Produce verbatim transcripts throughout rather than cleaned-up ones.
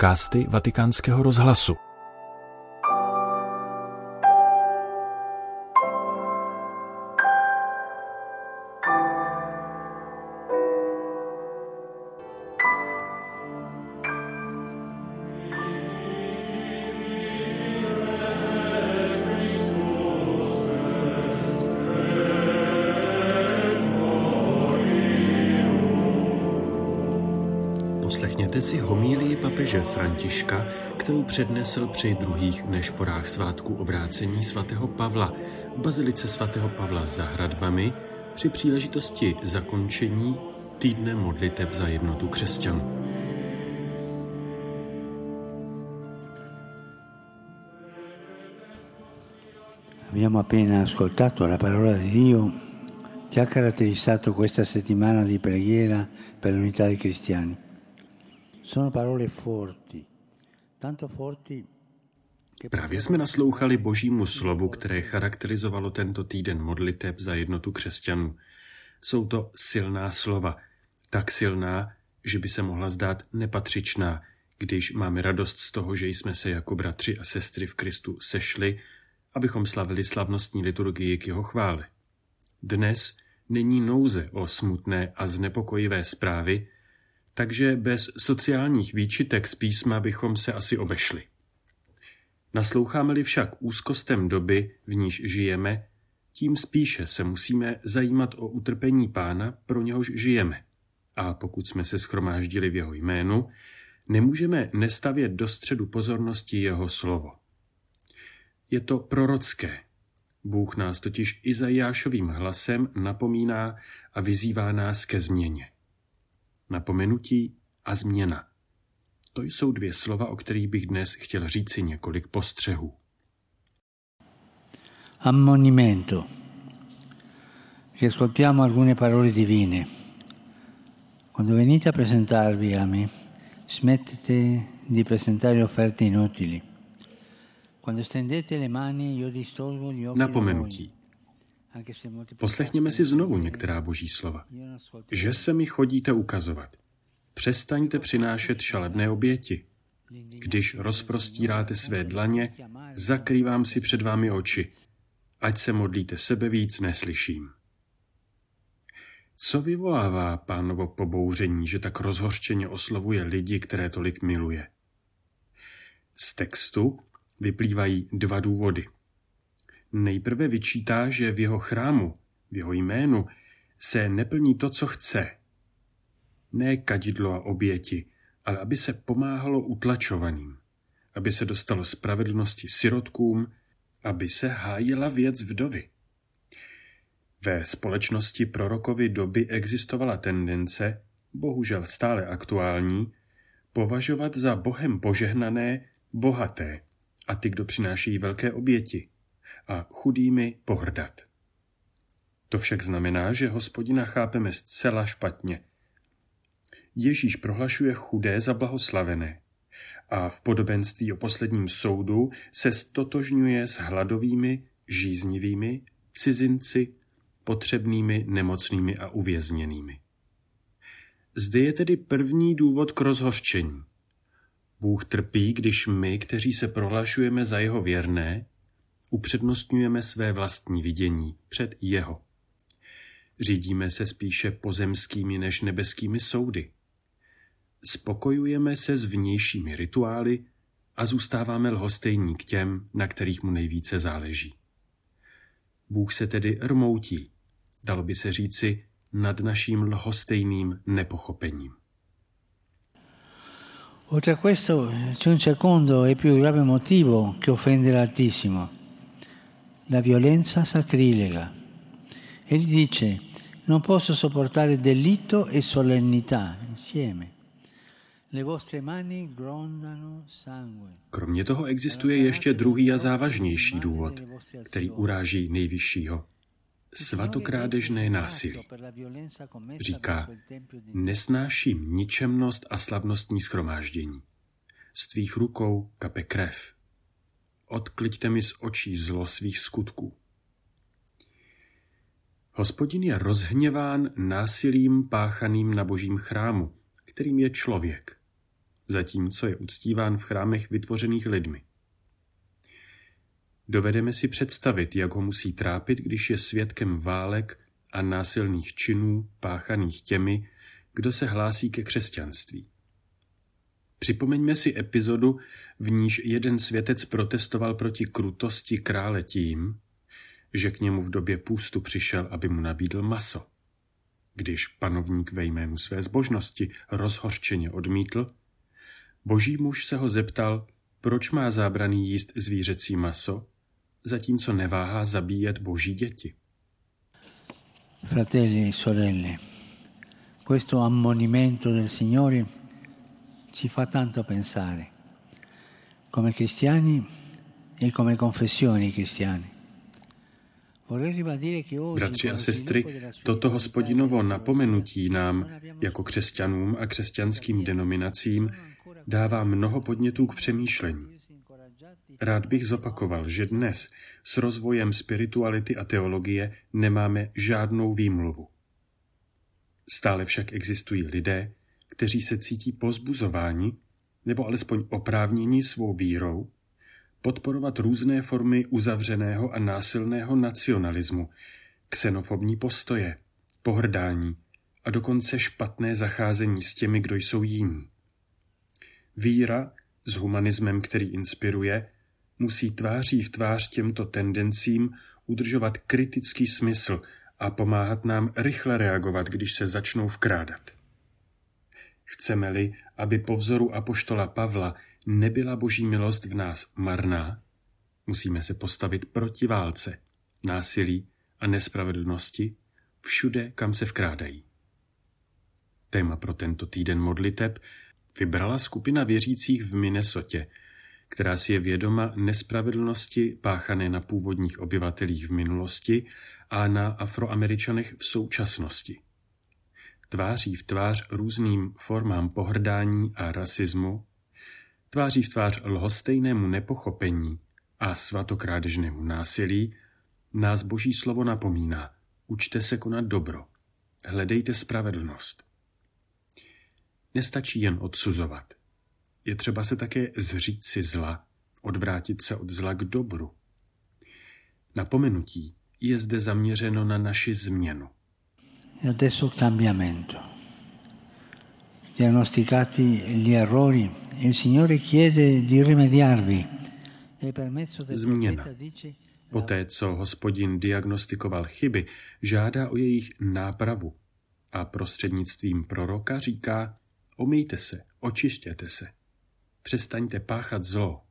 podcasty Vatikánského rozhlasu. Poslechněte si homílii papeže Františka, kterou přednesl při druhých nešporách svátku obrácení svatého Pavla v bazilice svatého Pavla za hradbami při příležitosti zakončení týdne modliteb za jednotu křesťanů. Abbiamo appena ascoltato la parola di Dio che ha caratterizzato questa settimana di preghiera per l'unità dei cristiani. Sono parole forti, tanto forti. Právě jsme naslouchali Božímu slovu, které charakterizovalo tento týden modliteb za jednotu křesťanů. Jsou to silná slova, tak silná, že by se mohla zdát nepatřičná, když máme radost z toho, že jsme se jako bratři a sestry v Kristu sešli, abychom slavili slavnostní liturgii k jeho chvále. Dnes není nouze o smutné a znepokojivé zprávy, takže bez sociálních výčitek z písma bychom se asi obešli. Nasloucháme-li však úzkostem doby, v níž žijeme, tím spíše se musíme zajímat o utrpení Pána, pro něhož žijeme. A pokud jsme se shromáždili v jeho jménu, nemůžeme nestavět do středu pozornosti jeho slovo. Je to prorocké. Bůh nás totiž Izajášovým hlasem napomíná a vyzývá nás ke změně. Napomenutí a změna. To jsou dvě slova, o kterých bych dnes chtěl říci několik postřehů. Ammonimento. Ascoltiamo alcune parole divine. Quando venite a presentarvi a me, smettete di presentare offerte inutili. Quando stendete le mani, io distolgo gli occhi. Napomenutí. Poslechněme si znovu některá boží slova. Že se mi chodíte ukazovat. Přestaňte přinášet šalebné oběti. Když rozprostíráte své dlaně, zakrývám si před vámi oči. Ať se modlíte sebe víc, neslyším. Co vyvolává Pánovo pobouření, že tak rozhořčeně oslovuje lidi, které tolik miluje? Z textu vyplývají dva důvody. Nejprve vyčítá, že v jeho chrámu, v jeho jménu, se neplní to, co chce. Ne kadidlo a oběti, ale aby se pomáhalo utlačovaným, aby se dostalo spravedlnosti sirotkům, aby se hájila věc vdovy. Ve společnosti prorokovy doby existovala tendence, bohužel stále aktuální, považovat za Bohem požehnané bohaté a ty, kdo přinášejí velké oběti, a chudými pohrdat. To však znamená, že Hospodina chápeme zcela špatně. Ježíš prohlašuje chudé za blahoslavené a v podobenství o posledním soudu se stotožňuje s hladovými, žíznivými, cizinci, potřebnými, nemocnými a uvězněnými. Zde je tedy první důvod k rozhořčení. Bůh trpí, když my, kteří se prohlašujeme za jeho věrné, upřednostňujeme své vlastní vidění před jeho. Řídíme se spíše pozemskými než nebeskými soudy. Spokojujeme se s vnějšími rituály a zůstáváme lhostejní k těm, na kterých mu nejvíce záleží. Bůh se tedy rmoutí, dalo by se říci, nad naším lhostejným nepochopením. Oltre a questo c'è un secondo e più grave motivo che offende l'Altissimo. La violenza sacrilega. Egli dice, non posso sopportare delitto e solennità insieme. Le vostre mani grondano sangue. Kromě toho existuje ještě druhý a závažnější důvod, který uráží nejvyššího. Svatokrádežné násilí. Říká, nesnáším ničemnost a slavnostní shromáždění. Z tvých rukou kape krev. Odkliďte mi z očí zlo svých skutků. Hospodin je rozhněván násilím páchaným na božím chrámu, kterým je člověk. zatímco je uctíván v chrámech vytvořených lidmi. Dovedeme si představit, jak ho musí trápit, když je svědkem válek a násilných činů páchaných těmi, kdo se hlásí ke křesťanství. Připomeňme si epizodu, v níž jeden světec protestoval proti krutosti krále tím, že k němu v době půstu přišel, aby mu nabídl maso. Když panovník ve jménu své zbožnosti rozhořčeně odmítl, boží muž se ho zeptal, proč má zábraný jíst zvířecí maso, zatímco neváhá zabíjet boží děti. Fratelli e sorelle, questo ammonimento del Signore ci fa tanto pensare, come cristiani e come confessioni cristiane. Bratři a sestry, toto Hospodinovo napomenutí nám, jako křesťanům a křesťanským denominacím, dává mnoho podnětů k přemýšlení. Rád bych zopakoval, že dnes s rozvojem spirituality a teologie nemáme žádnou výmluvu. Stále však existují lidé, kteří se cítí povzbuzováni, nebo alespoň oprávněni svou vírou, podporovat různé formy uzavřeného a násilného nacionalismu, xenofobní postoje, pohrdání a dokonce špatné zacházení s těmi, kdo jsou jiní. Víra s humanismem, který inspiruje, musí tváří v tvář těmto tendencím udržovat kritický smysl a pomáhat nám rychle reagovat, když se začnou vkrádat. Chceme-li, aby po vzoru apoštola Pavla nebyla boží milost v nás marná, musíme se postavit proti válce, násilí a nespravedlnosti všude, kam se vkrádají. Téma pro tento týden modliteb vybrala skupina věřících v Minnesotě, která si je vědoma nespravedlnosti páchané na původních obyvatelích v minulosti a na Afroameričanech v současnosti. Tváří v tvář různým formám pohrdání a rasismu, tváří v tvář lhostejnému nepochopení a svatokrádežnému násilí, nás Boží slovo napomíná: učte se konat dobro, hledejte spravedlnost. Nestačí jen odsuzovat. Je třeba se také zříct si zla, odvrátit se od zla k dobru. Napomenutí je zde zaměřeno na naši změnu. E adesso cambiamento. Diagnosticati gli errori, il Signore chiede di rimediarvi. E per mezzo del Změna. profeta dice: Poté, co Hospodin diagnostikoval chyby, žádá o jejich nápravu a prostřednictvím proroka říká: omyjte se, očištěte se, přestaňte páchat zlo.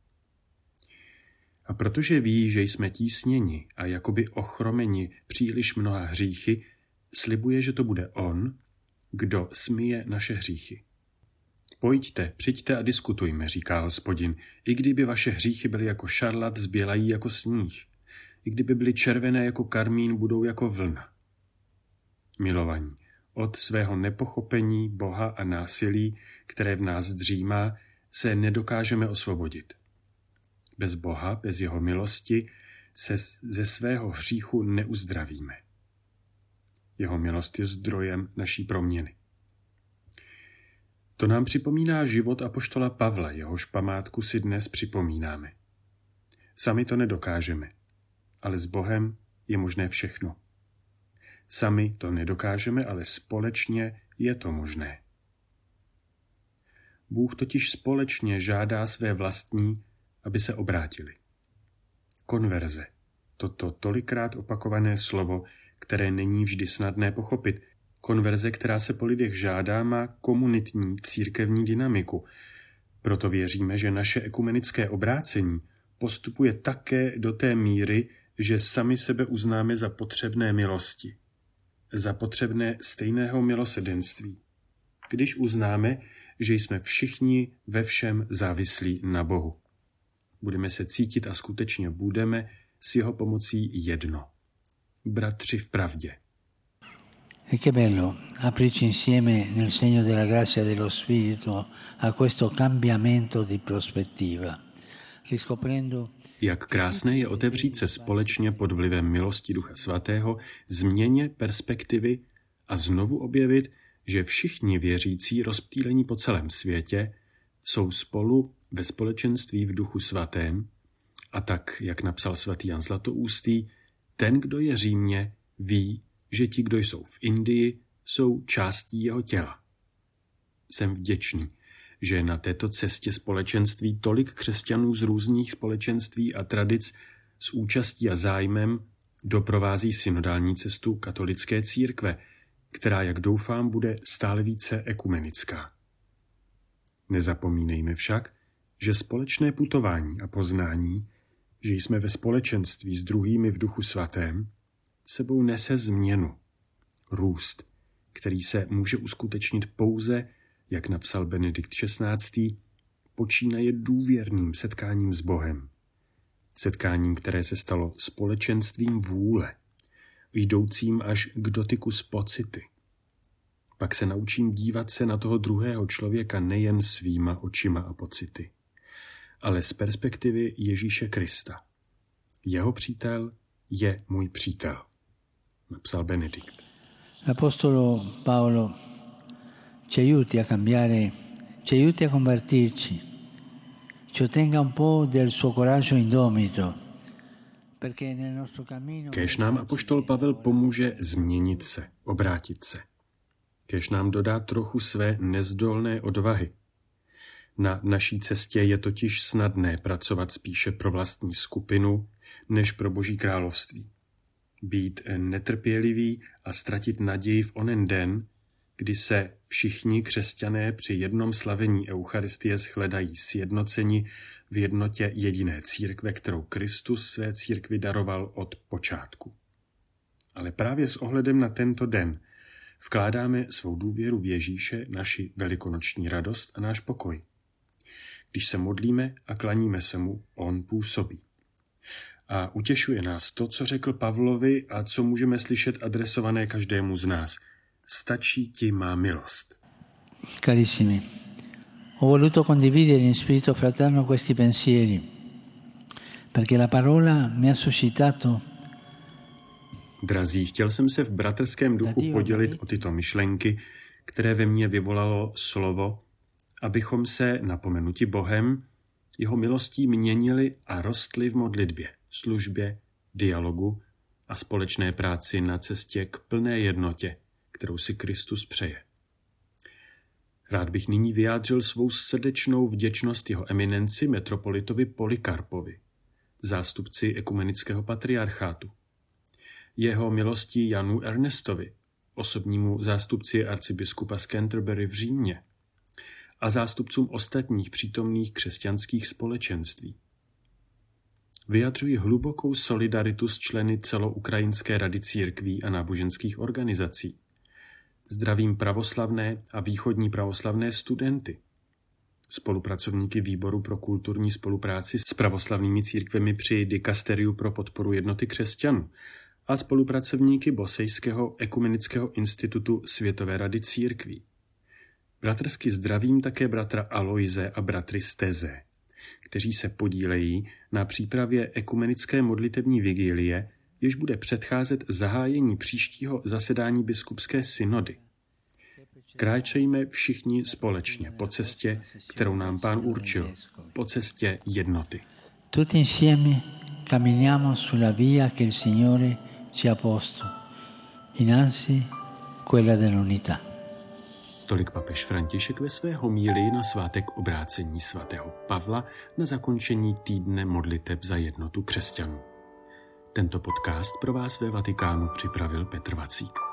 A protože ví, že jsme tísněni a jakoby ochromeni příliš mnoha hříchy, slibuje, že to bude on, kdo smije naše hříchy. Pojďte, přijďte a diskutujme, říká Hospodin, i kdyby vaše hříchy byly jako šarlat, zbělají jako sníh, i kdyby byly červené jako karmín, budou jako vlna. Milovaní, od svého nepochopení Boha a násilí, které v nás dřímá, se nedokážeme osvobodit. Bez Boha, bez jeho milosti, se ze svého hříchu neuzdravíme. Jeho milost je zdrojem naší proměny. To nám připomíná život apoštola Pavla, jehož památku si dnes připomínáme. Sami to nedokážeme, ale s Bohem je možné všechno. Sami to nedokážeme, ale společně je to možné. Bůh totiž společně žádá své vlastní, aby se obrátili. Konverze, toto tolikrát opakované slovo, které není vždy snadné pochopit. Konverze, která se po lidech žádá, má komunitní církevní dynamiku. Proto věříme, že naše ekumenické obrácení postupuje také do té míry, že sami sebe uznáme za potřebné milosti, za potřebné stejného milosedenství. Když uznáme, že jsme všichni ve všem závislí na Bohu. Budeme se cítit a skutečně budeme s jeho pomocí jedno. Bratři v pravdě. E che bello aprirci insieme nel segno della grazia dello Spirito a questo cambiamento di prospettiva, riscoprendo. Jak krásné je otevřít se společně pod vlivem milosti Ducha Svatého změně perspektivy a znovu objevit, že všichni věřící rozptýlení po celém světě jsou spolu ve společenství v Duchu Svatém a tak, jak napsal svatý Jan Zlatoustý, ten, kdo je Římě, ví, že ti, kdo jsou v Indii, jsou částí jeho těla. Jsem vděčný, že na této cestě společenství tolik křesťanů z různých společenství a tradic s účastí a zájmem doprovází synodální cestu katolické církve, která, jak doufám, bude stále více ekumenická. Nezapomínejme však, že společné putování a poznání, že jsme ve společenství s druhými v Duchu Svatém, sebou nese změnu, růst, který se může uskutečnit pouze, jak napsal Benedikt šestnáctý, počínaje důvěrným setkáním s Bohem. Setkáním, které se stalo společenstvím vůle, jdoucím až k dotyku s pocity. Pak se naučím dívat se na toho druhého člověka nejen svýma očima a pocity, ale z perspektivy Ježíše Krista. Jeho přítel je můj přítel, napsal Benedikt. L'Apostolo Paolo ci aiuti a cambiare, ci aiuti a convertirci, ci ottenga un po' del suo coraggio indomito. Kéž nám apoštol Pavel pomůže změnit se, obrátit se. Kéž nám dodá trochu své nezdolné odvahy. Na naší cestě je totiž snadné pracovat spíše pro vlastní skupinu, než pro Boží království. Být netrpělivý a ztratit naději v onen den, kdy se všichni křesťané při jednom slavení Eucharistie shledají sjednoceni v jednotě jediné církve, kterou Kristus své církvi daroval od počátku. Ale právě s ohledem na tento den vkládáme svou důvěru v Ježíše, naši velikonoční radost a náš pokoj. Když se modlíme a klaníme se mu, on působí. A utěšuje nás to, co řekl Pavlovi a co můžeme slyšet adresované každému z nás. Stačí ti má milost. Carissimi, ho voluto condividere in spirito fraterno questi pensieri, perché la parola mi ha suscitato. Drazí, chtěl jsem se v bratrském duchu podělit o tyto myšlenky, které ve mně vyvolalo slovo, abychom se, napomenuti Bohem, jeho milostí měnili a rostli v modlitbě, službě, dialogu a společné práci na cestě k plné jednotě, kterou si Kristus přeje. Rád bych nyní vyjádřil svou srdečnou vděčnost jeho eminenci metropolitovi Polikarpovi, zástupci ekumenického patriarchátu, jeho milostí Janu Ernestovi, osobnímu zástupci arcibiskupa z Canterbury v Římě, a zástupcům ostatních přítomných křesťanských společenství. Vyjadřuji hlubokou solidaritu s členy celoukrajinské rady církví a náboženských organizací. Zdravím pravoslavné a východní pravoslavné studenty, spolupracovníky Výboru pro kulturní spolupráci s pravoslavnými církvemi při Dikasteriu pro podporu jednoty křesťanů a spolupracovníky Bosejského ekumenického institutu Světové rady církví. Bratrsky zdravím také bratra Aloise a bratry Steze, kteří se podílejí na přípravě ekumenické modlitební vigílie, jež bude předcházet zahájení příštího zasedání biskupské synody. Kráčejme všichni společně po cestě, kterou nám Pán určil, po cestě jednoty. Tutti insieme camminiamo sulla via che il Signore ci ha posto, innanzi quella dell'unità. Tolik papež František ve své homílii na svátek obrácení svatého Pavla na zakončení týdne modliteb za jednotu křesťanů. Tento podcast pro vás ve Vatikánu připravil Petr Vacík.